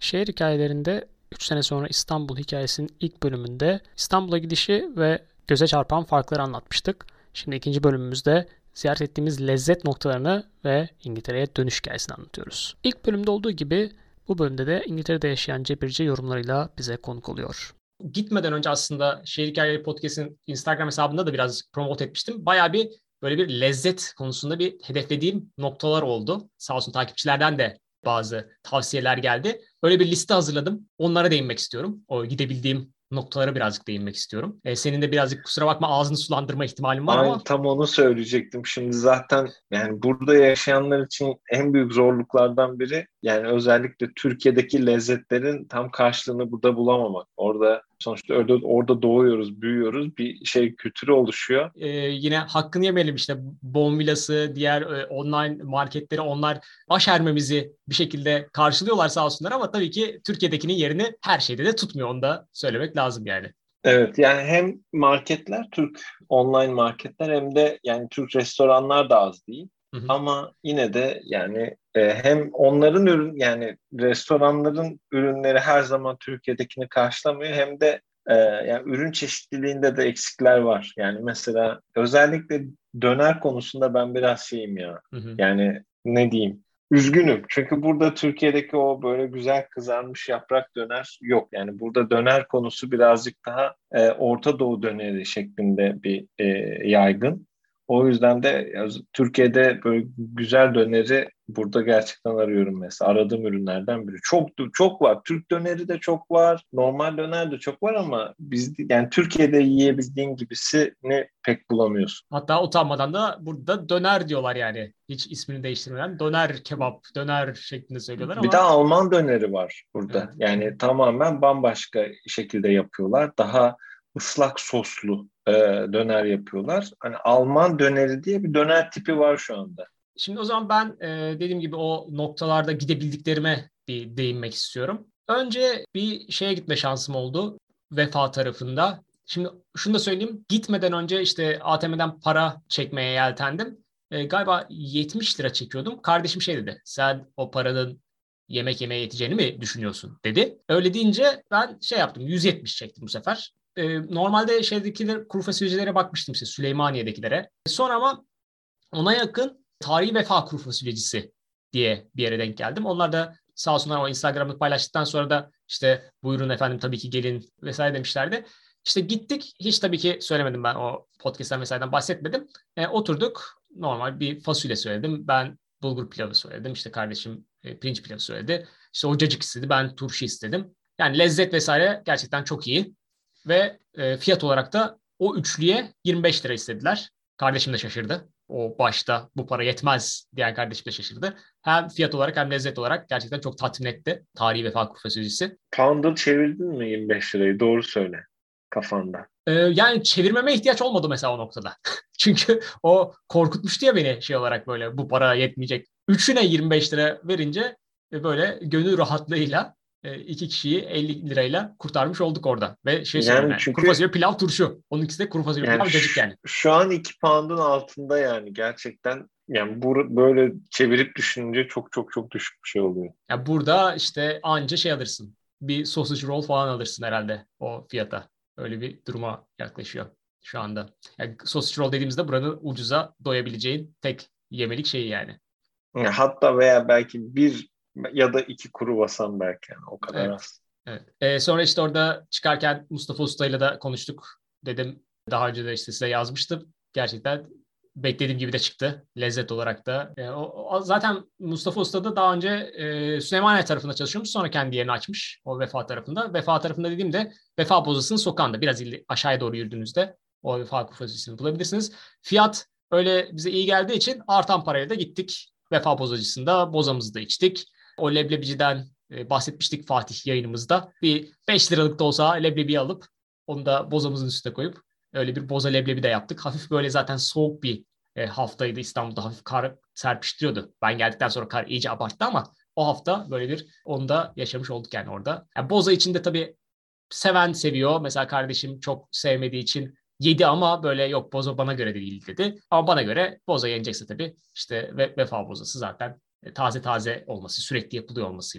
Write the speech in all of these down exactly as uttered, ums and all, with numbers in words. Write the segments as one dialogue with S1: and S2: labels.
S1: Şehir hikayelerinde üç sene sonra İstanbul hikayesinin ilk bölümünde İstanbul'a gidişi ve göze çarpan farkları anlatmıştık. Şimdi ikinci bölümümüzde ziyaret ettiğimiz lezzet noktalarını ve İngiltere'ye dönüş hikayesini anlatıyoruz. İlk bölümde olduğu gibi bu bölümde de İngiltere'de yaşayan Cebirci yorumlarıyla bize konuk oluyor. Gitmeden önce aslında Şehir Hikayeleri Podcast'in Instagram hesabında da biraz promote etmiştim. Bayağı bir böyle bir lezzet konusunda bir hedeflediğim noktalar oldu. Sağ olsun takipçilerden de bazı tavsiyeler geldi. Öyle bir liste hazırladım. Onlara değinmek istiyorum. O gidebildiğim noktalara birazcık değinmek istiyorum. E, senin de birazcık kusura bakma ağzını sulandırma ihtimalim var
S2: Aynı
S1: ama.
S2: tam onu söyleyecektim. Şimdi zaten yani burada yaşayanlar için en büyük zorluklardan biri yani özellikle Türkiye'deki lezzetlerin tam karşılığını burada bulamamak. Orada sonuçta orada, orada doğuyoruz, büyüyoruz. Bir şey kültürü oluşuyor.
S1: Ee, yine hakkını yemeyelim işte Bonvillas'ı, diğer e, online marketleri onlar aşermemizi bir şekilde karşılıyorlar sağ olsunlar ama tabii ki Türkiye'dekinin yerini her şeyde de tutmuyor. Onu da söylemek lazım yani.
S2: Evet yani hem marketler Türk online marketler hem de yani Türk restoranlar da az değil.
S1: Hı hı.
S2: Ama yine de yani e, hem onların ürün yani restoranların ürünleri her zaman Türkiye'dekini karşılamıyor hem de e, yani ürün çeşitliliğinde de eksikler var. Yani mesela özellikle döner konusunda ben biraz şeyim ya.
S1: Hı hı.
S2: Yani ne diyeyim? Üzgünüm. Çünkü burada Türkiye'deki o böyle güzel kızarmış yaprak döner yok. Yani burada döner konusu birazcık daha e, Orta Doğu döneri şeklinde bir e, yaygın. O yüzden de ya, Türkiye'de böyle güzel döneri burada gerçekten arıyorum mesela. Aradığım ürünlerden biri. Çok çok var. Türk döneri de çok var. Normal döner de çok var ama biz yani Türkiye'de yiyebildiğin gibisini pek bulamıyorsun.
S1: Hatta utanmadan da burada döner diyorlar yani. Hiç ismini değiştirmeden döner kebap, döner şeklinde söylüyorlar
S2: Bir de
S1: ama.
S2: Alman döneri var
S1: Evet.
S2: burada. Yani tamamen bambaşka şekilde yapıyorlar. Daha ıslak soslu e, döner yapıyorlar. Hani Alman döneri diye bir döner tipi var şu anda.
S1: Şimdi o zaman ben e, dediğim gibi o noktalarda gidebildiklerime bir değinmek istiyorum. Önce bir şeye gitme şansım oldu Vefa tarafında. Şimdi şunu da söyleyeyim. Gitmeden önce işte A T M'den para çekmeye yeltendim. E, galiba yetmiş lira çekiyordum. Kardeşim şey dedi. Sen o paranın yemek yemeye yeteceğini mi düşünüyorsun dedi. Öyle deyince ben şey yaptım. yüz yetmiş çektim bu sefer. E, normalde şeydekiler kuru fasulyecilere bakmıştım işte Süleymaniye'dekilere. Sonra ama ona yakın tarihi vefa kuru fasulyecisi diye bir yere denk geldim. Onlar da sağ olsunlar o Instagram'da paylaştıktan sonra da işte buyurun efendim tabii ki gelin vesaire demişlerdi. İşte gittik. Hiç tabii ki söylemedim ben o podcast'ten vesaireden bahsetmedim. E, oturduk. Normal bir fasulye söyledim. Ben bulgur pilavı söyledim. İşte kardeşim e, pirinç pilavı söyledi. İşte o cacık istedi. Ben turşu istedim. Yani lezzet vesaire gerçekten çok iyi. Ve e, fiyat olarak da o üçlüye yirmi beş lira istediler. Kardeşim de şaşırdı. O başta bu para yetmez diyen kardeşim de şaşırdı. Hem fiyat olarak hem lezzet olarak gerçekten çok tatmin etti. Tarihi vefa kuru fasulyesi.
S2: Pound'a çevirdin mi yirmi beş lirayı? Doğru söyle kafanda.
S1: Ee, yani çevirmeme ihtiyaç olmadı mesela o noktada. Çünkü o korkutmuştu ya beni şey olarak böyle bu para yetmeyecek. Üçüne yirmi beş lira verince e, böyle gönül rahatlığıyla e, iki kişiyi elli lirayla kurtarmış olduk orada. Ve şey söyleyeyim
S2: Yani
S1: yani kuru
S2: çünkü
S1: fasulye pilav turşu. Onun ikisi de kuru fasulye
S2: yani
S1: pilav cacık
S2: şu,
S1: yani.
S2: şu an iki pound'un altında yani gerçekten yani bu böyle çevirip düşününce çok çok çok düşük bir şey oluyor.
S1: Ya burada işte anca şey alırsın. Bir sausage roll falan alırsın herhalde o fiyata. Öyle bir duruma yaklaşıyor şu anda. Yani sausage roll dediğimizde buranın ucuza doyabileceğin tek yemelik şeyi yani.
S2: Yani hatta veya belki bir ya da iki kuru basan belki yani o kadar
S1: Evet.
S2: az.
S1: Evet. Ee, sonra işte orada çıkarken Mustafa Usta'yla da konuştuk. Dedim daha önce de işte size yazmıştım. Gerçekten beklediğim gibi de çıktı. Lezzet olarak da. E, o, o- zaten Mustafa Usta da daha önce e, Süleymaniye tarafında çalışıyormuş. Sonra kendi yerini açmış o Vefa tarafında. Vefa tarafında dediğimde Vefa Bozası'nın sokağında. Biraz il- aşağıya doğru yürüdüğünüzde o Vefa Kufacısı'nı bulabilirsiniz. Fiyat öyle bize iyi geldiği için artan parayla da gittik. Vefa Bozacısı'nda bozamızı da içtik. O leblebiciden e, bahsetmiştik Fatih yayınımızda. Bir beş liralık da olsa leblebi alıp onu da bozamızın üstüne koyup öyle bir boza leblebi de yaptık. Hafif böyle zaten soğuk bir e, haftaydı. İstanbul'da hafif kar serpiştiriyordu. Ben geldikten sonra kar iyice abarttı ama o hafta böyle bir onu da yaşamış olduk yani orada. Yani boza içinde tabii seven seviyor. Mesela kardeşim çok sevmediği için yedi ama böyle yok boza bana göre değil dedi. Ama bana göre boza yenecekse tabii işte ve, vefa bozası zaten e, taze taze olması, sürekli yapılıyor olmasıyla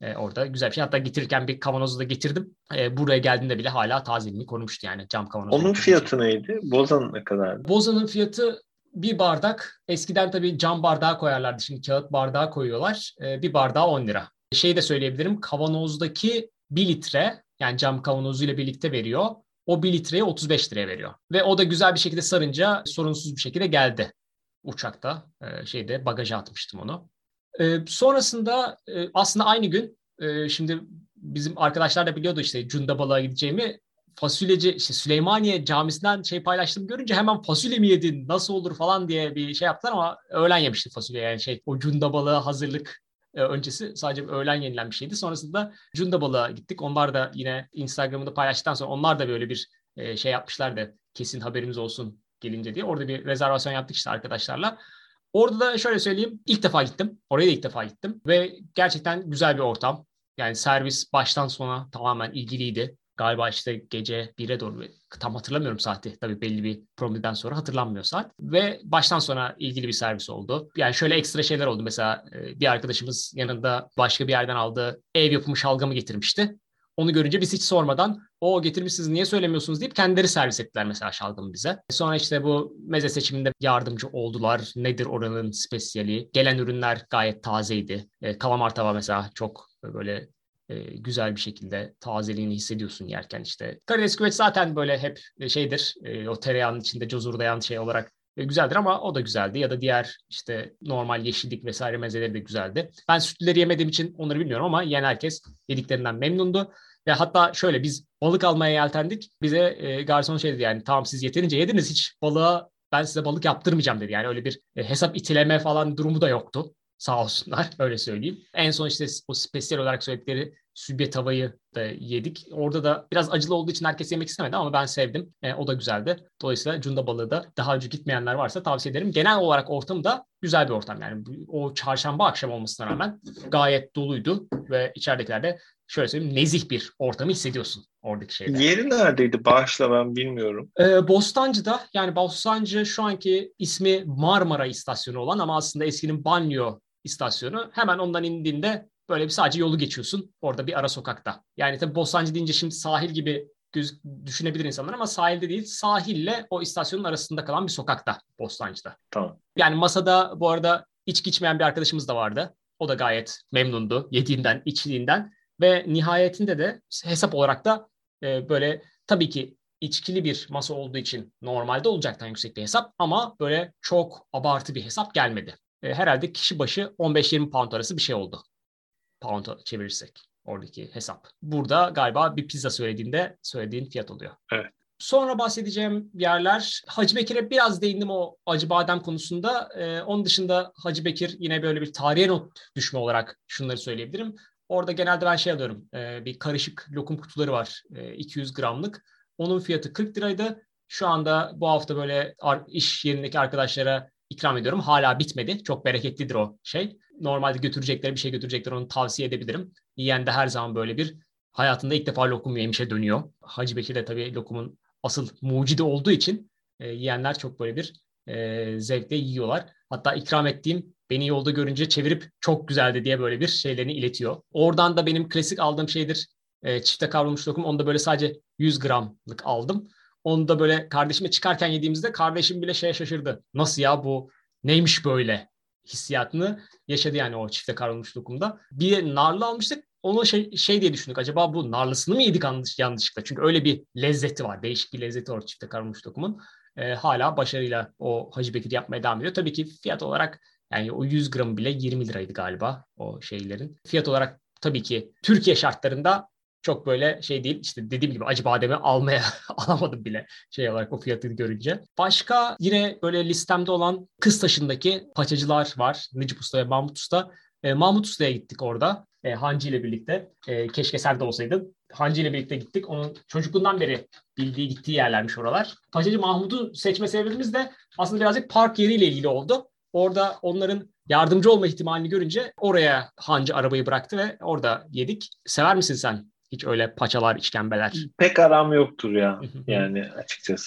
S1: E, orada güzel bir şey. Hatta getirirken bir kavanozu da getirdim. E, buraya geldiğinde bile hala tazeliğini korumuştu yani cam kavanozu.
S2: Onun fiyatı neydi? Boza'nın ne kadardı?
S1: Boza'nın fiyatı bir bardak. Eskiden tabii cam bardağı koyarlardı. Şimdi kağıt bardağı koyuyorlar. E, bir bardağı on lira. Şey de söyleyebilirim. Kavanozdaki bir litre yani cam kavanozuyla birlikte veriyor. O bir litreyi otuz beş liraya veriyor. Ve o da güzel bir şekilde sarınca sorunsuz bir şekilde geldi. Uçakta e, şeyde bagaja atmıştım onu. E, sonrasında e, aslında aynı gün e, şimdi bizim arkadaşlar da biliyordu işte Cunda balığa gideceğimi. Fasulyeci işte Süleymaniye Camisi'nden şey paylaştım görünce hemen fasulye mi yedin nasıl olur falan diye bir şey yaptılar ama öğlen yemiştik fasulye yani şey o Cunda balığı hazırlık e, öncesi sadece öğlen yenilen bir şeydi. Sonrasında Cunda balığa gittik. Onlar da yine Instagram'da paylaştıktan sonra onlar da böyle bir e, şey yapmışlardı. Kesin haberimiz olsun gelince diye. Orada bir rezervasyon yaptık işte arkadaşlarla. Orada da şöyle söyleyeyim. İlk defa gittim. Oraya da ilk defa gittim. Ve gerçekten güzel bir ortam. Yani servis baştan sona tamamen ilgiliydi. Galiba işte gece bire doğru tam hatırlamıyorum saati. Tabii belli bir problemden sonra hatırlanmıyor saat. Ve baştan sona ilgili bir servis oldu. Yani şöyle ekstra şeyler oldu. Mesela bir arkadaşımız yanında başka bir yerden aldığı ev yapımı şalgamı getirmişti. Onu görünce biz hiç sormadan o getirmişsiniz niye söylemiyorsunuz deyip kendileri servis ettiler mesela şalgamı bize. Sonra işte bu meze seçiminde yardımcı oldular. Nedir oranın spesiyali? Gelen ürünler gayet tazeydi. E, kalamar tava mesela çok böyle e, güzel bir şekilde tazeliğini hissediyorsun yerken işte. Karides güveç zaten böyle hep şeydir. E, o tereyağının içinde cozurdayan şey olarak e, güzeldir ama o da güzeldi. Ya da diğer işte normal yeşillik vesaire mezeleri de güzeldi. Ben sütlüleri yemediğim için onları bilmiyorum ama yiyen herkes yediklerinden memnundu. Ve hatta şöyle biz balık almaya yeltendik. Bize e, garson şey dedi yani tamam siz yeterince yediniz hiç balığa ben size balık yaptırmayacağım dedi. Yani öyle bir e, hesap itileme falan durumu da yoktu. Sağ olsunlar öyle söyleyeyim. En son işte o spesiyel olarak söyledikleri sübye tavayı da yedik. Orada da biraz acılı olduğu için herkes yemek istemedi ama ben sevdim. E, o da güzeldi. Dolayısıyla Cunda balığı da daha önce gitmeyenler varsa tavsiye ederim. Genel olarak ortam da güzel bir ortam. Yani o çarşamba akşam olmasına rağmen gayet doluydu ve içeridekiler de şöyle söyleyeyim nezih bir ortamı hissediyorsun oradaki şeyde.
S2: Yeri neredeydi? Bağışla ben bilmiyorum.
S1: Ee, Bostancı'da yani Bostancı şu anki ismi Marmara İstasyonu olan ama aslında eskinin Banliyö İstasyonu. Hemen ondan indiğinde böyle bir sadece yolu geçiyorsun. Orada bir ara sokakta. Yani tabii Bostancı deyince şimdi sahil gibi göz, düşünebilir insanlar ama sahilde değil. Sahille o istasyonun arasında kalan bir sokakta Bostancı'da.
S2: Tamam.
S1: Yani masada bu arada içki içmeyen bir arkadaşımız da vardı. O da gayet memnundu yediğinden, içtiğinden. Ve nihayetinde de hesap olarak da e, böyle tabii ki içkili bir masa olduğu için normalde olacaktan yüksek bir hesap ama böyle çok abartı bir hesap gelmedi. E, herhalde kişi başı on beş yirmi pound arası bir şey oldu. Pound'a çevirirsek oradaki hesap. Burada galiba bir pizza söylediğinde söylediğin fiyat oluyor.
S2: Evet.
S1: Sonra bahsedeceğim yerler Hacı Bekir'e biraz değindim o Acıbadem konusunda. Ee, onun dışında Hacı Bekir yine böyle bir tarihe not düşme olarak şunları söyleyebilirim. Orada genelde ben şey alıyorum. E, bir karışık lokum kutuları var. E, iki yüz gramlık. Onun fiyatı kırk liraydı. Şu anda bu hafta böyle iş yerindeki arkadaşlara ikram ediyorum. Hala bitmedi. Çok bereketlidir o şey. Normalde götürecekleri bir şey götürecekler onu tavsiye edebilirim. Yiyen de her zaman böyle bir hayatında ilk defa lokum yemişe dönüyor. Hacı Bekir de tabii lokumun asıl mucidi olduğu için e, yiyenler çok böyle bir e, zevkle yiyorlar. Hatta ikram ettiğim beni yolda görünce çevirip çok güzeldi diye böyle bir şeylerini iletiyor. Oradan da benim klasik aldığım şeydir e, çifte kavrulmuş lokum. Onu da böyle sadece yüz gramlık aldım. Onu da böyle kardeşime çıkarken yediğimizde kardeşim bile şeye şaşırdı. Nasıl ya bu neymiş böyle hissiyatını yaşadı yani o çifte kavrulmuş lokumda. Bir narlı almıştık. Onu şey, şey diye düşündük. Acaba bu narlısını mı yedik yanlış, yanlışlıkla? Çünkü öyle bir lezzeti var. Değişik bir lezzeti var çifte kavrulmuş lokumun. E, hala başarıyla o Hacı Bekir yapmaya devam ediyor. Tabii ki fiyat olarak yani o yüz gram bile yirmi liraydı galiba o şeylerin. Fiyat olarak tabii ki Türkiye şartlarında çok böyle şey değil. İşte dediğim gibi Acıbadem'i almaya alamadım bile şey olarak o fiyatını görünce. Başka yine böyle listemde olan Kıztaşı'ndaki paçacılar var. Necip Usta ve Mahmut Usta. E, Mahmut Usta'ya gittik orada. E, Hancı ile birlikte. E, keşke sen de olsaydın. Hancı ile birlikte gittik. Onun çocukluğundan beri bildiği gittiği yerlermiş oralar. Paçacı Mahmut'u seçme sebebimiz de aslında birazcık park yeriyle ilgili oldu. Orada onların yardımcı olma ihtimalini görünce oraya Hancı arabayı bıraktı ve orada yedik. Sever misin sen hiç öyle paçalar, işkembeler?
S2: Pek aram yoktur ya yani açıkçası.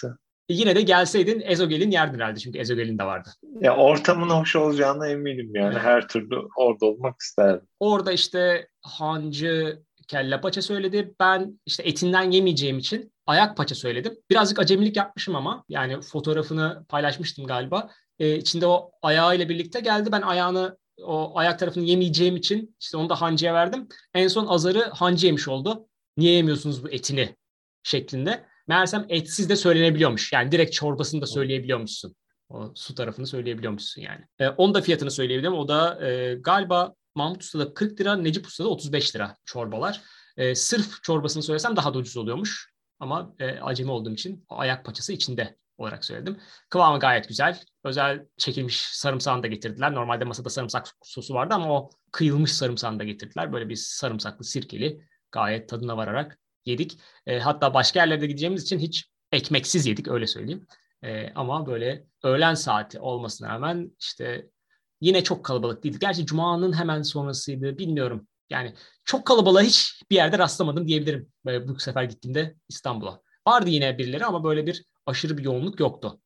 S1: yine de gelseydin ezogelin yerdin herhalde çünkü ezogelin de vardı.
S2: Ya ortamın hoş olacağına eminim yani her türlü orada olmak isterdim.
S1: Orada işte hancı kelle paça söyledi. Ben işte etinden yemeyeceğim için ayak paça söyledim. Birazcık acemilik yapmışım ama yani fotoğrafını paylaşmıştım galiba. Ee, içinde o ayağıyla birlikte geldi. Ben ayağını o ayak tarafını yemeyeceğim için işte onu da hancıya verdim. En son azarı hancı yemiş oldu. Niye yemiyorsunuz bu etini şeklinde. Meğersem etsiz de söylenebiliyormuş. Yani direkt çorbasını da söyleyebiliyormuşsun. O su tarafını söyleyebiliyormuşsun yani. Ee, onun da fiyatını söyleyebilirim. O da e, galiba Mahmut Usta'da kırk lira, Necip Usta'da otuz beş lira çorbalar. Ee, sırf çorbasını söylesem daha da ucuz oluyormuş. Ama e, acemi olduğum için ayak paçası içinde olarak söyledim. Kıvamı gayet güzel. Özel çekilmiş sarımsağını da getirdiler. Normalde masada sarımsak sosu vardı ama o kıyılmış sarımsağını da getirdiler. Böyle bir sarımsaklı, sirkeli gayet tadına vararak yedik. E, hatta başka yerlerde gideceğimiz için hiç ekmeksiz yedik öyle söyleyeyim. E, ama böyle öğlen saati olmasına rağmen işte yine çok kalabalık değildi. Gerçi Cuma'nın hemen sonrasıydı bilmiyorum. Yani çok kalabalığa hiç bir yerde rastlamadım diyebilirim. Böyle bu sefer gittiğimde İstanbul'a. Vardı yine birileri ama böyle bir aşırı bir yoğunluk yoktu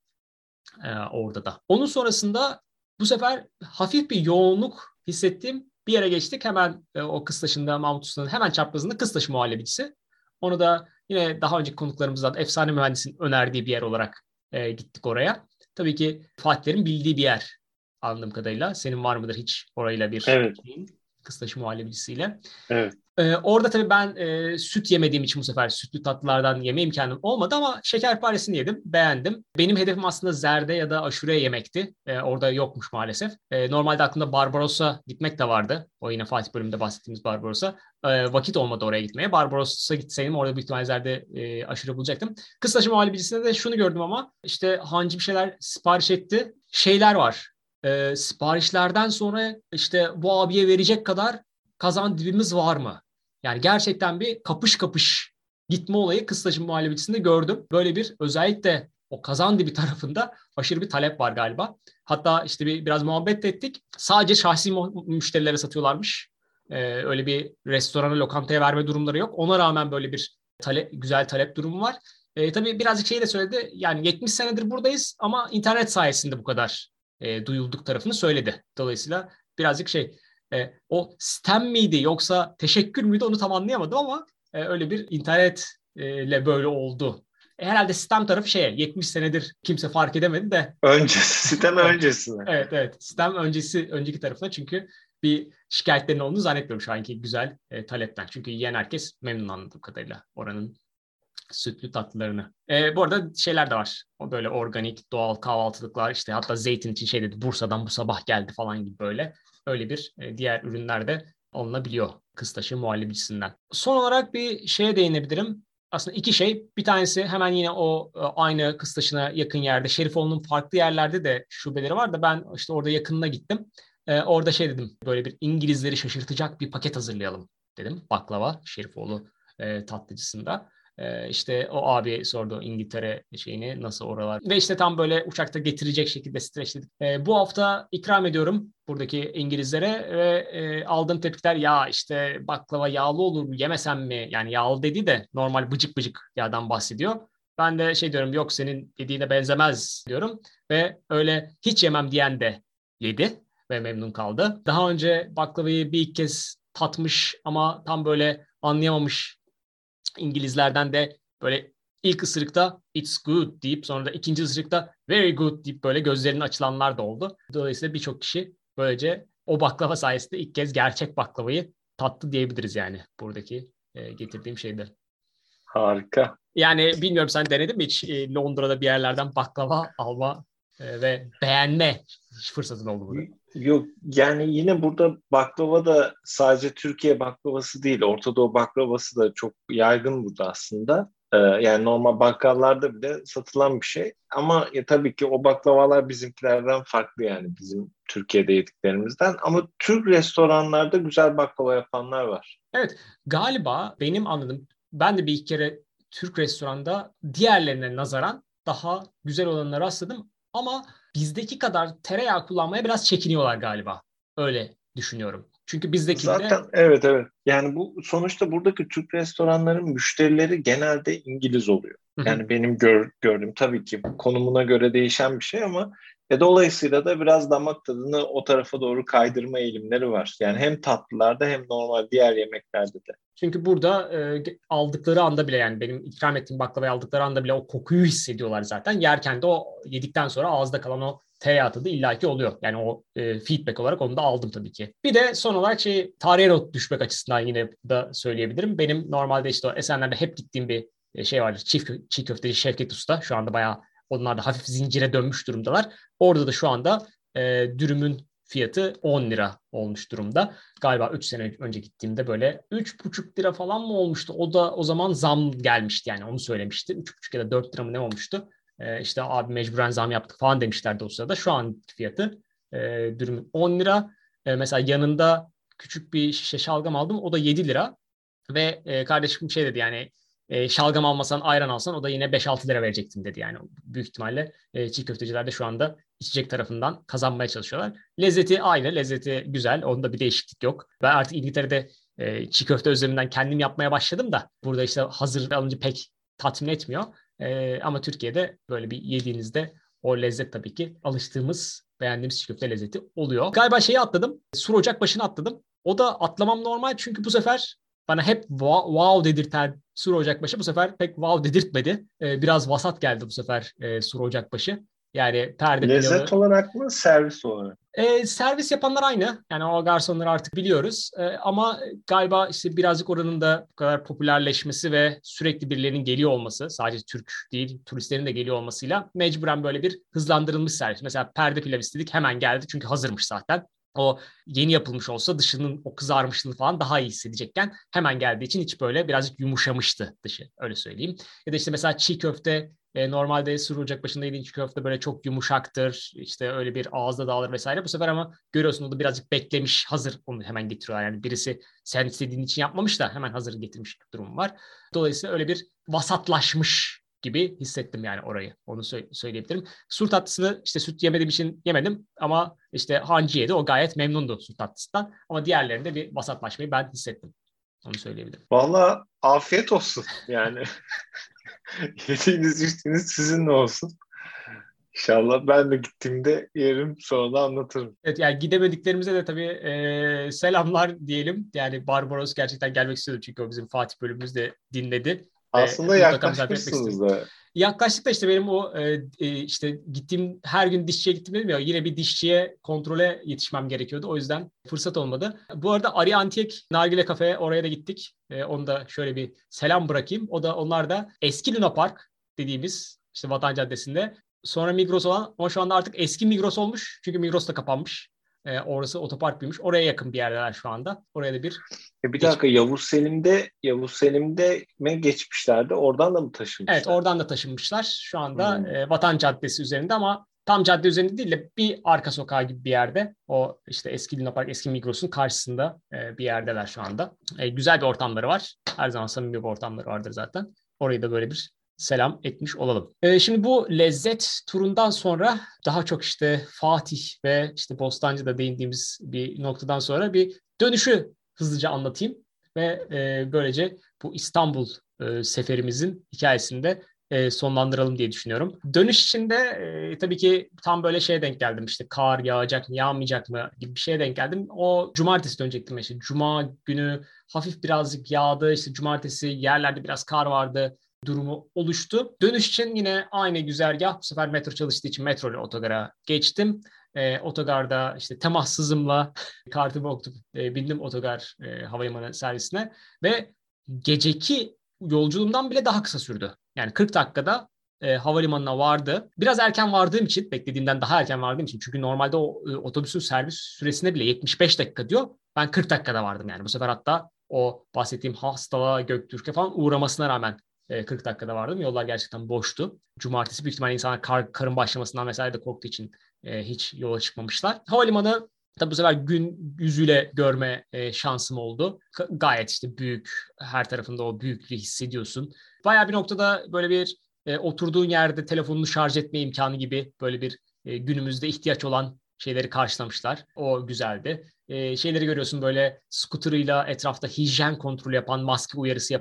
S1: e, orada da. Onun sonrasında bu sefer hafif bir yoğunluk hissettiğim bir yere geçtik. Hemen e, o Kıstaş'ında Mahmut Usta'nın hemen çaprazında Kıstaş muhallebicisi. Onu da yine daha önceki konuklarımızdan Efsane Mühendis'in önerdiği bir yer olarak e, gittik oraya. Tabii ki Fatihlerin bildiği bir yer anladığım kadarıyla. Senin var mıdır hiç orayla bir
S2: Evet.
S1: şeyin? Kıstaşı muhallebicisiyle.
S2: Evet.
S1: Ee, orada tabii ben e, süt yemediğim için bu sefer sütlü tatlılardan yeme imkanım olmadı ama şekerparesini yedim, beğendim. Benim hedefim aslında zerde ya da aşure yemekti. Ee, orada yokmuş maalesef. Ee, normalde aklımda Barbaros'a gitmek de vardı. O yine Fatih bölümünde bahsettiğimiz Barbaros'a. Ee, vakit olmadı oraya gitmeye. Barbaros'a gitseydim orada büyük ihtimalle zerde e, aşure bulacaktım. Kıstaşı muhallebicisinde de şunu gördüm ama işte hancı bir şeyler sipariş etti. Şeyler var. Ee, siparişlerden sonra işte bu abiye verecek kadar kazan dibimiz var mı? Yani gerçekten bir kapış kapış gitme olayı Kıstaş'ın muhallebicisinde gördüm. Böyle bir özellikle o Kazandibi tarafında aşırı bir talep var galiba. Hatta işte bir biraz muhabbet ettik. Sadece şahsi müşterilere satıyorlarmış. Ee, öyle bir restorana, lokantaya verme durumları yok. Ona rağmen böyle bir talep, güzel talep durumu var. Ee, tabii birazcık şey de söyledi. Yani yetmiş senedir buradayız ama internet sayesinde bu kadar e, duyulduk tarafını söyledi. Dolayısıyla birazcık şey e, o sistem miydi yoksa teşekkür müydü onu tam anlayamadım ama e, öyle bir internetle böyle oldu. E, herhalde sistem tarafı şeye yetmiş senedir kimse fark edemedi de.
S2: Öncesi, sistem
S1: Evet,
S2: öncesine.
S1: evet, evet. Sistem öncesi önceki tarafına çünkü bir şikayetlerin olduğunu zannetmiyorum şu anki güzel e, talepten. Çünkü yiyen herkes memnun anladığım kadarıyla oranın sütlü tatlılarını. E, bu arada şeyler de var. O böyle organik, doğal kahvaltılıklar işte hatta zeytin için şey dedi Bursa'dan bu sabah geldi falan gibi böyle. Öyle bir e, diğer ürünler de alınabiliyor Kıstaşı muhallebicisinden. Son olarak bir şeye değinebilirim. Aslında iki şey. Bir tanesi hemen yine o e, aynı Kıstaşı'na yakın yerde. Şerifoğlu'nun farklı yerlerde de şubeleri var da ben işte orada yakınına gittim. E, orada şey dedim böyle bir İngilizleri şaşırtacak bir paket hazırlayalım dedim. Baklava Şerifoğlu e, tatlıcısında. Ee, işte o abi sordu İngiltere şeyini nasıl oralar. Ve işte tam böyle uçakta getirecek şekilde streçledik. Ee, bu hafta ikram ediyorum buradaki İngilizlere ve e, aldığım tepkiler ya işte baklava yağlı olur yemesem mi? Yani yağlı dedi de normal bıcık bıcık yağdan bahsediyor. Ben de şey diyorum yok senin dediğine benzemez diyorum. Ve öyle hiç yemem diyen de yedi ve memnun kaldı. Daha önce baklavayı bir iki kez tatmış ama tam böyle anlayamamış İngilizlerden de böyle ilk ısırıkta it's good deyip sonra da ikinci ısırıkta very good deyip böyle gözlerinin açılanlar da oldu. Dolayısıyla birçok kişi böylece o baklava sayesinde ilk kez gerçek baklavayı tattı diyebiliriz yani buradaki e, getirdiğim şeyde.
S2: Harika.
S1: Yani bilmiyorum sen denedin mi hiç e, Londra'da bir yerlerden baklava alma e, ve beğenme fırsatın oldu mu?
S2: Yok yani yine burada baklava da sadece Türkiye baklavası değil, Orta Doğu baklavası da çok yaygın burada aslında. Ee, yani normal bakkallarda bile satılan bir şey. Ama ya, tabii ki o baklavalar bizimkilerden farklı yani bizim Türkiye'de yediklerimizden. Ama Türk restoranlarda güzel baklava yapanlar var.
S1: Evet, galiba benim anladığım, ben de bir iki kere Türk restoranda diğerlerine nazaran daha güzel olanlara rastladım. Ama bizdeki kadar tereyağı kullanmaya biraz çekiniyorlar galiba. Öyle düşünüyorum. Çünkü bizdekinde
S2: Zaten evet evet. Yani bu sonuçta buradaki Türk restoranların müşterileri genelde İngiliz oluyor.
S1: Hı hı.
S2: Yani benim gör, gördüğüm tabii ki konumuna göre değişen bir şey ama e, dolayısıyla da biraz damak tadını o tarafa doğru kaydırma eğilimleri var. Yani hem tatlılarda hem normal diğer yemeklerde de.
S1: Çünkü burada e, aldıkları anda bile, yani benim ikram ettiğim baklavayı aldıkları anda bile o kokuyu hissediyorlar zaten. Yerken de o yedikten sonra ağızda kalan o tereyağı tadı illaki oluyor. Yani o e, feedback olarak onu da aldım tabii ki. Bir de son olarak şey, tarihe not düşmek açısından yine da söyleyebilirim. Benim normalde işte o Esenler'de hep gittiğim bir e, şey vardır. Çiğ, çiğ köfteci Şevket Usta. Şu anda bayağı onlar da hafif zincire dönmüş durumdalar. Orada da şu anda e, dürümün fiyatı on lira olmuş durumda. Galiba üç sene önce gittiğimde böyle üç buçuk lira falan mı olmuştu? O da o zaman zam gelmişti, yani onu söylemişti. üç buçuk ya da dört lira mı ne olmuştu? Ee, işte abi mecburen zam yaptık falan demişlerdi o sırada. Şu an fiyatı e, dürümün on lira. E, mesela yanında küçük bir şişe şalgam aldım. O da yedi lira. Ve e, kardeşim şey dedi, yani e, şalgam almasan ayran alsan o da yine beş altı lira verecektin dedi. Yani büyük ihtimalle e, çiğ köfteciler de şu anda içecek tarafından kazanmaya çalışıyorlar. Lezzeti aynı, lezzeti güzel. Onda bir değişiklik yok. Ben artık İngiltere'de e, çiğ köfte üzerinden kendim yapmaya başladım da burada işte hazır alınca pek tatmin etmiyor. E, ama Türkiye'de böyle bir yediğinizde o lezzet tabii ki alıştığımız, beğendiğimiz çiğ köfte lezzeti oluyor. Galiba şeyi atladım. Sur Ocakbaşı'nı atladım. O da atlamam normal çünkü bu sefer bana hep wow dedirten Sur Ocakbaşı bu sefer pek wow dedirtmedi. Ee, biraz vasat geldi bu sefer e, Sur Ocakbaşı. Yani perde
S2: Lezzet
S1: pilavı.
S2: olarak mı, servis olarak?
S1: E, servis yapanlar aynı. Yani o garsonları artık biliyoruz. E, ama galiba işte birazcık oranın da bu kadar popülerleşmesi ve sürekli birilerinin geliyor olması, sadece Türk değil turistlerin de geliyor olmasıyla mecburen böyle bir hızlandırılmış servis. Mesela perde pilav istedik, hemen geldi çünkü hazırmış zaten. O yeni yapılmış olsa dışının o kızarmışlığını falan daha iyi hissedecekken hemen geldiği için hiç böyle birazcık yumuşamıştı dışı, öyle söyleyeyim. Ya da işte mesela çiğ köfte, e, normalde Sur Ocakbaşı'nda yediğin çiğ köfte böyle çok yumuşaktır. İşte öyle bir ağızda dağılır vesaire. Bu sefer ama görüyorsun o da birazcık beklemiş, hazır onu hemen getiriyorlar. Yani birisi sen istediğin için yapmamış da hemen hazır getirmiş bir durum var. Dolayısıyla öyle bir vasatlaşmış gibi hissettim yani orayı. Onu sö- söyleyebilirim. Sur tatlısını işte süt yemediğim için yemedim ama işte hancı yedi. O gayet memnundu sur tatlısından. Ama diğerlerinde bir vasatlaşmayı ben hissettim. Onu söyleyebilirim.
S2: Vallahi afiyet olsun yani. Yediğiniz içtiğiniz sizinle olsun. İnşallah ben de gittiğimde yerim, sonra da anlatırım.
S1: Evet, yani gidemediklerimize de tabii e, selamlar diyelim. Yani Barbaros gerçekten gelmek istiyordu çünkü o bizim Fatih bölümümüzü de dinledi ve
S2: Aslında
S1: mutlaka misafir etmek
S2: yaklaşmışsınız
S1: istiyorum.
S2: da.
S1: Yaklaştık da işte benim o e, e, işte gittiğim her gün dişçiye gittim dedim ya, yine bir dişçiye kontrole yetişmem gerekiyordu. O yüzden fırsat olmadı. Bu arada Ari Antiek Nargile Kafe'ye, oraya da gittik. E, onu da şöyle bir selam bırakayım. O da, onlar da eski Luna Park dediğimiz işte Vatan Caddesi'nde. Sonra Migros olan ama şu anda artık eski Migros olmuş. Çünkü Migros da kapanmış. E, orası otopark büyümüş. Oraya yakın bir yerdeler şu anda. Oraya da bir
S2: E bir
S1: geç.
S2: dakika, Yavuz Selim'de Yavuz Selim'de mi geçmişlerdi? Oradan da mı
S1: Evet,
S2: taşınmışlar?
S1: oradan da taşınmışlar. Şu anda
S2: Hmm.
S1: e, Vatan Caddesi üzerinde ama tam cadde üzerinde değil de bir arka sokağı gibi bir yerde. O işte eski Luna Park, eski Migros'un karşısında e, bir yerdeler şu anda. E, güzel bir ortamları var. Her zaman samimi bir ortamları vardır zaten. Orayı da böyle bir selam etmiş olalım. E, şimdi bu lezzet turundan sonra daha çok işte Fatih ve işte Bostancı'da değindiğimiz bir noktadan sonra bir dönüşü hızlıca anlatayım ve e, böylece bu İstanbul e, seferimizin hikayesini de e, sonlandıralım diye düşünüyorum. Dönüş için de e, tabii ki tam böyle şeye denk geldim, işte kar yağacak mı yağmayacak mı gibi bir şeye denk geldim. O cumartesi dönecektim işte. Cuma günü hafif birazcık yağdı, işte cumartesi yerlerde biraz kar vardı durumu oluştu. Dönüş için yine aynı güzergah, bu sefer metro çalıştığı için metro ile otogara geçtim. E, otogarda işte temassızımla kartımı okutup e, bindim otogar e, havalimanı servisine ve geceki yolculuğumdan bile daha kısa sürdü. Yani kırk dakikada e, havalimanına vardı. Biraz erken vardığım için, beklediğimden daha erken vardığım için. Çünkü normalde o e, otobüsün servis süresine bile yetmiş beş dakika diyor. Ben kırk dakikada vardım yani. Bu sefer hatta o bahsettiğim Hastala, Göktürk'e falan uğramasına rağmen e, kırk dakikada vardım. Yollar gerçekten boştu. Cumartesi büyük ihtimalle insanlar kar, karın başlamasından vesaire de korktuğu için e, hiç yola çıkmamışlar. Havalimanı tabii bu sefer gün yüzüyle görme e, şansım oldu. G- gayet işte büyük, her tarafında o büyüklüğü hissediyorsun. Bayağı bir noktada böyle bir e, oturduğun yerde telefonunu şarj etme imkanı gibi böyle bir e, günümüzde ihtiyaç olan şeyleri karşılamışlar. O güzeldi. E, şeyleri görüyorsun, böyle scooter'ıyla etrafta hijyen kontrolü yapan, maske uyarısı yapan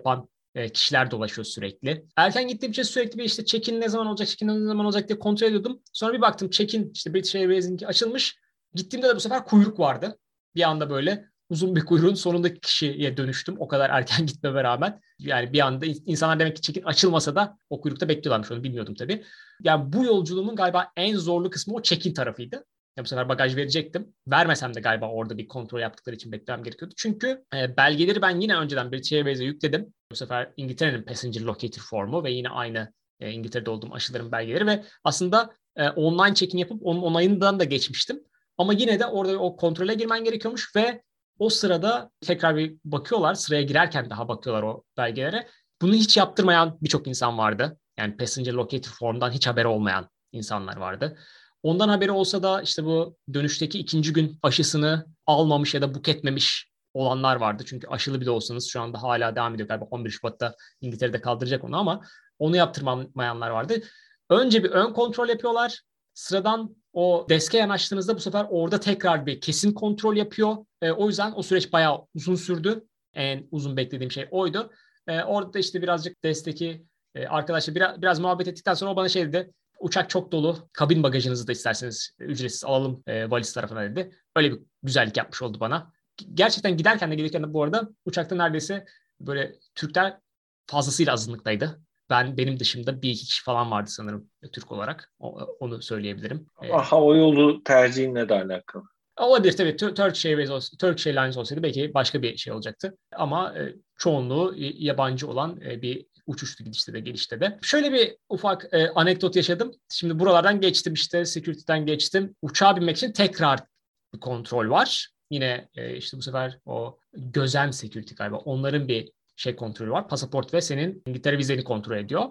S1: e, kişiler dolaşıyor sürekli. Erken gittiğim için sürekli bir işte check-in ne zaman olacak, check-in ne zaman olacak diye kontrol ediyordum. Sonra bir baktım check-in işte British Airways'inki açılmış. Gittiğimde de bu sefer kuyruk vardı. Bir anda böyle uzun bir kuyruğun sonundaki kişiye dönüştüm. O kadar erken gitmeme rağmen. Yani bir anda insanlar demek ki check-in açılmasa da o kuyrukta bekliyorlarmış, onu bilmiyordum tabii. Yani bu yolculuğumun galiba en zorlu kısmı o check-in tarafıydı. Ya bu sefer bagaj verecektim. Vermesem de galiba orada bir kontrol yaptıkları için beklemem gerekiyordu. Çünkü e, belgeleri ben yine önceden British Airways'e yükledim. Bu sefer İngiltere'nin Passenger Locator formu ve yine aynı e, İngiltere'de olduğum aşıların belgeleri ve aslında e, online check-in yapıp onun onayından da geçmiştim. Ama yine de orada o kontrole girmen gerekiyormuş ve o sırada tekrar bir bakıyorlar. Sıraya girerken daha bakıyorlar o belgelere. Bunu hiç yaptırmayan birçok insan vardı. Yani Passenger Locator formdan hiç haberi olmayan insanlar vardı. Ondan haberi olsa da işte bu dönüşteki ikinci gün aşısını almamış ya da book etmemiş olanlar vardı. Çünkü aşılı bile olsanız şu anda hala devam ediyor. Galiba on bir Şubat'ta İngiltere'de kaldıracak onu ama onu yaptırmayanlar vardı. Önce bir ön kontrol yapıyorlar. Sıradan o deske yanaştığınızda bu sefer orada tekrar bir kesin kontrol yapıyor. E, o yüzden o süreç bayağı uzun sürdü. En uzun beklediğim şey oydu. E, orada da işte birazcık desteki e, arkadaşla biraz, biraz muhabbet ettikten sonra o bana şey dedi. Uçak çok dolu. Kabin bagajınızı da isterseniz ücretsiz alalım e, valiz tarafına dedi. Öyle bir güzellik yapmış oldu bana. Gerçekten giderken de gelirken de bu arada uçakta neredeyse böyle Türkler fazlasıyla azınlıktaydı. Ben benim dışımda bir iki kişi falan vardı sanırım Türk olarak. O, onu söyleyebilirim. E,
S2: Hava yolu tercihinle de alakalı.
S1: Olabilir tabii. Turkish Airways olsaydı, Turkish Airlines olsaydı belki başka bir şey olacaktı. Ama e, çoğunluğu yabancı olan e, bir uçuştu gidişte de gelişte de. Şöyle bir ufak e, anekdot yaşadım. Şimdi buralardan geçtim işte security'den geçtim. Uçağa binmek için tekrar bir kontrol var. Yine e, işte bu sefer o Gözen Security galiba. Onların bir şey kontrolü var. Pasaport ve senin İngiltere vizeni kontrol ediyor.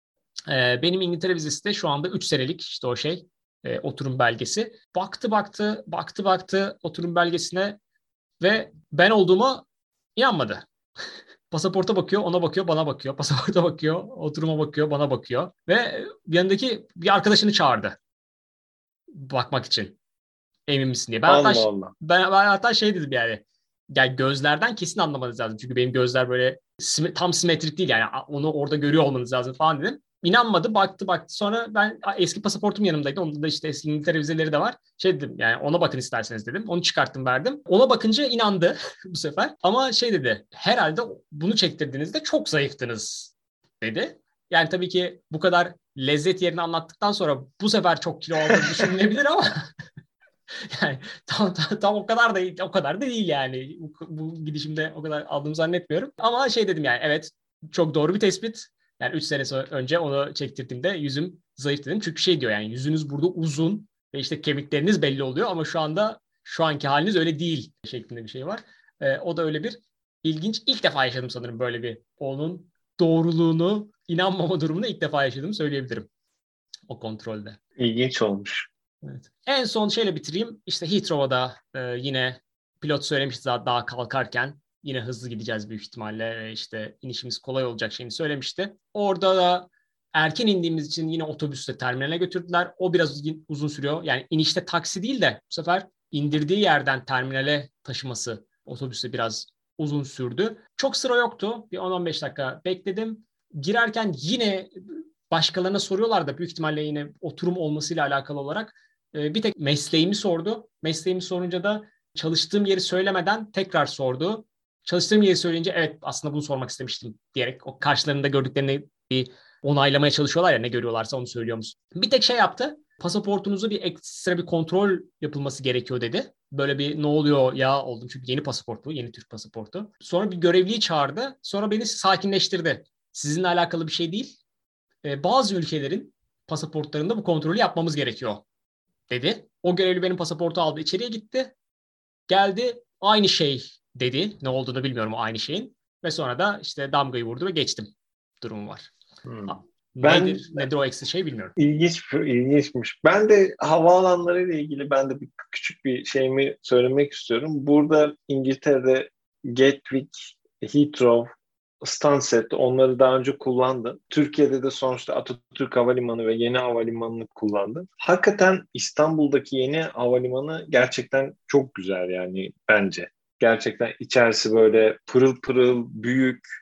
S1: E, benim İngiltere vizesi de şu anda üç senelik işte o şey. E, oturum belgesi. Baktı baktı, baktı baktı oturum belgesine ve ben olduğuma inanmadı. Pasaporta bakıyor, ona bakıyor, bana bakıyor. Pasaporta bakıyor, oturuma bakıyor, bana bakıyor. Ve yanındaki bir arkadaşını çağırdı bakmak için. Emin misin diye. Ben hatta
S2: Allah Allah.
S1: ben, ben hatta şey dedim yani. Yani gözlerden kesin anlamanız lazım. Çünkü benim gözler böyle tam simetrik değil yani. Onu orada görüyor olmanız lazım falan dedim. İnanmadı, baktı baktı. Sonra ben eski pasaportum yanımdaydı. Onda da işte eski İngiltere vizeleri de var. Şey dedim yani ona bakın isterseniz dedim. Onu çıkarttım verdim. Ona bakınca inandı bu sefer. Ama şey dedi herhalde bunu çektirdiğinizde çok zayıftınız dedi. Yani tabii ki bu kadar lezzet yerini anlattıktan sonra bu sefer çok kilo aldığını düşünülebilir ama yani tam, tam, tam o kadar da o kadar da değil yani. Bu, bu gidişimde o kadar aldığımı zannetmiyorum. Ama şey dedim yani evet çok doğru bir tespit. Yani üç sene önce onu çektirdiğimde yüzüm zayıf dedim. Çünkü şey diyor yani yüzünüz burada uzun ve işte kemikleriniz belli oluyor ama şu anda şu anki haliniz öyle değil şeklinde bir şey var. Ee, o da öyle bir ilginç. İlk defa yaşadım sanırım böyle bir onun doğruluğunu inanmama durumunu ilk defa yaşadığımı söyleyebilirim o kontrolde.
S2: İlginç olmuş.
S1: Evet. En son şeyle bitireyim. İşte Heathrow'da e, yine pilot söylemişti daha, daha kalkarken yine hızlı gideceğiz büyük ihtimalle ve işte inişimiz kolay olacak şeyini söylemişti. Orada da erken indiğimiz için yine otobüsle terminale götürdüler. O biraz uzun sürüyor. Yani inişte taksi değil de bu sefer indirdiği yerden terminale taşıması otobüste biraz uzun sürdü. Çok sıra yoktu. Bir on on beş dakika bekledim. Girerken yine başkalarına soruyorlar da büyük ihtimalle yine oturum olmasıyla alakalı olarak bir tek mesleğimi sordu. Mesleğimi sorunca da çalıştığım yeri söylemeden tekrar sordu. Çalıştığım yeri söyleyince evet aslında bunu sormak istemiştim diyerek o karşılarında gördüklerini bir onaylamaya çalışıyorlar ya ne görüyorlarsa onu söylüyor musun? Bir tek şey yaptı. Pasaportunuzu bir ekstra bir kontrol yapılması gerekiyor dedi. Böyle bir ne oluyor ya oldum çünkü yeni pasaport bu, yeni Türk pasaportu. Sonra bir görevliyi çağırdı. Sonra beni sakinleştirdi. Sizinle alakalı bir şey değil. Ee, bazı ülkelerin pasaportlarında bu kontrolü yapmamız gerekiyor dedi. O görevli benim pasaportu aldı, içeriye gitti. Geldi, aynı şey dedi. Ne olduğunu bilmiyorum o aynı şeyin. Ve sonra da işte damgayı vurdu ve geçtim durumu var.
S2: Hmm.
S1: Nedir?
S2: Ben
S1: Nedir o ekstra şey bilmiyorum.
S2: ilginç, ilginçmiş. Ben de havaalanları ile ilgili ben de bir küçük bir şeyimi söylemek istiyorum. Burada İngiltere'de Gatwick, Heathrow, Stansted onları daha önce kullandım. Türkiye'de de sonuçta Atatürk Havalimanı ve Yeni Havalimanı'nı kullandım. Hakikaten İstanbul'daki Yeni Havalimanı gerçekten çok güzel yani bence. Gerçekten içerisi böyle pırıl pırıl, büyük.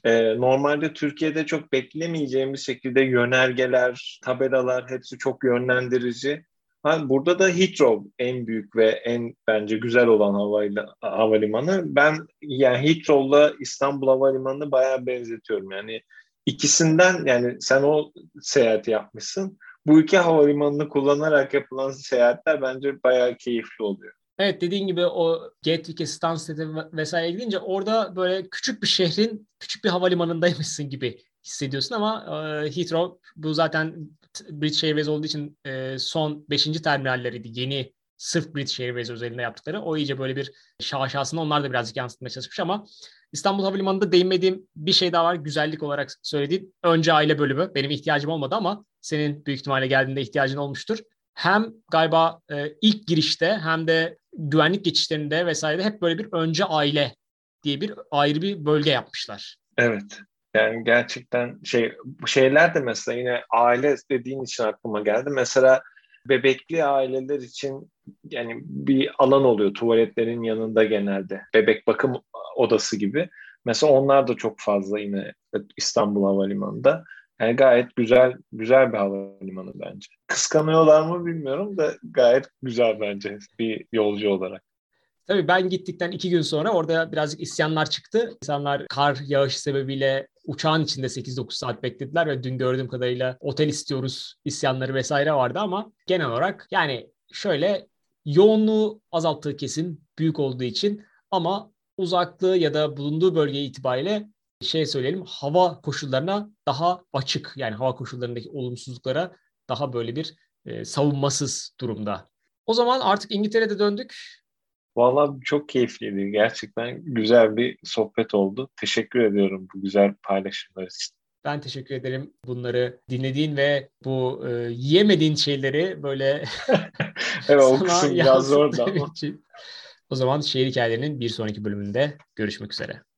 S2: E, normalde Türkiye'de çok beklemeyeceğimiz şekilde yönergeler, tabelalar hepsi çok yönlendirici. Ha, burada da Heathrow en büyük ve en bence güzel olan havayla, havalimanı. Ben yani Heathrow'la İstanbul Havalimanı'nı bayağı benzetiyorum. Yani ikisinden, yani sen o seyahati yapmışsın. Bu iki havalimanını kullanarak yapılan seyahatler bence bayağı keyifli oluyor.
S1: Evet, dediğin gibi o Gatwick'e, Stansted'e vesaire gidince orada böyle küçük bir şehrin küçük bir havalimanındaymışsın gibi hissediyorsun ama e, Heathrow bu zaten British Airways olduğu için e, son beşinci terminalleriydi. Yeni sırf British Airways özelinde yaptıkları. O iyice böyle bir şaşasını onlar da birazcık yansıtmaya çalışmış ama İstanbul Havalimanı'nda değinmediğim bir şey daha var. Güzellik olarak söylediğin önce aile bölümü. Benim ihtiyacım olmadı ama senin büyük ihtimalle geldiğinde ihtiyacın olmuştur. Hem galiba e, ilk girişte hem de güvenlik geçişlerinde vesaire hep böyle bir önce aile diye bir ayrı bir bölge yapmışlar.
S2: Evet. Yani gerçekten şey, bu şeyler de mesela yine aile dediğin için aklıma geldi. Mesela bebekli aileler için yani bir alan oluyor tuvaletlerin yanında genelde. Bebek bakım odası gibi. Mesela onlar da çok fazla yine İstanbul Havalimanı'nda. Yani gayet güzel güzel bir havalimanı bence. Kıskanıyorlar mı bilmiyorum da gayet güzel bence bir yolcu olarak.
S1: Tabii ben gittikten iki gün sonra orada birazcık isyanlar çıktı. İnsanlar kar yağışı sebebiyle uçağın içinde sekiz dokuz saat beklediler ve dün gördüğüm kadarıyla otel istiyoruz isyanları vesaire vardı ama genel olarak yani şöyle yoğunluğu azalttığı kesin büyük olduğu için ama uzaklığı ya da bulunduğu bölge itibariyle şey söyleyelim hava koşullarına daha açık yani hava koşullarındaki olumsuzluklara daha böyle bir e, savunmasız durumda. O zaman artık İngiltere'de döndük.
S2: Vallahi çok keyifliydi. Gerçekten güzel bir sohbet oldu. Teşekkür ediyorum bu güzel paylaşımlar için.
S1: Ben teşekkür ederim bunları dinlediğin ve bu e, yiyemediğin şeyleri böyle
S2: Evet, o
S1: sana
S2: kısım biraz zordu
S1: yansıttığım
S2: ama.
S1: için. O zaman şehir hikayelerinin bir sonraki bölümünde görüşmek üzere.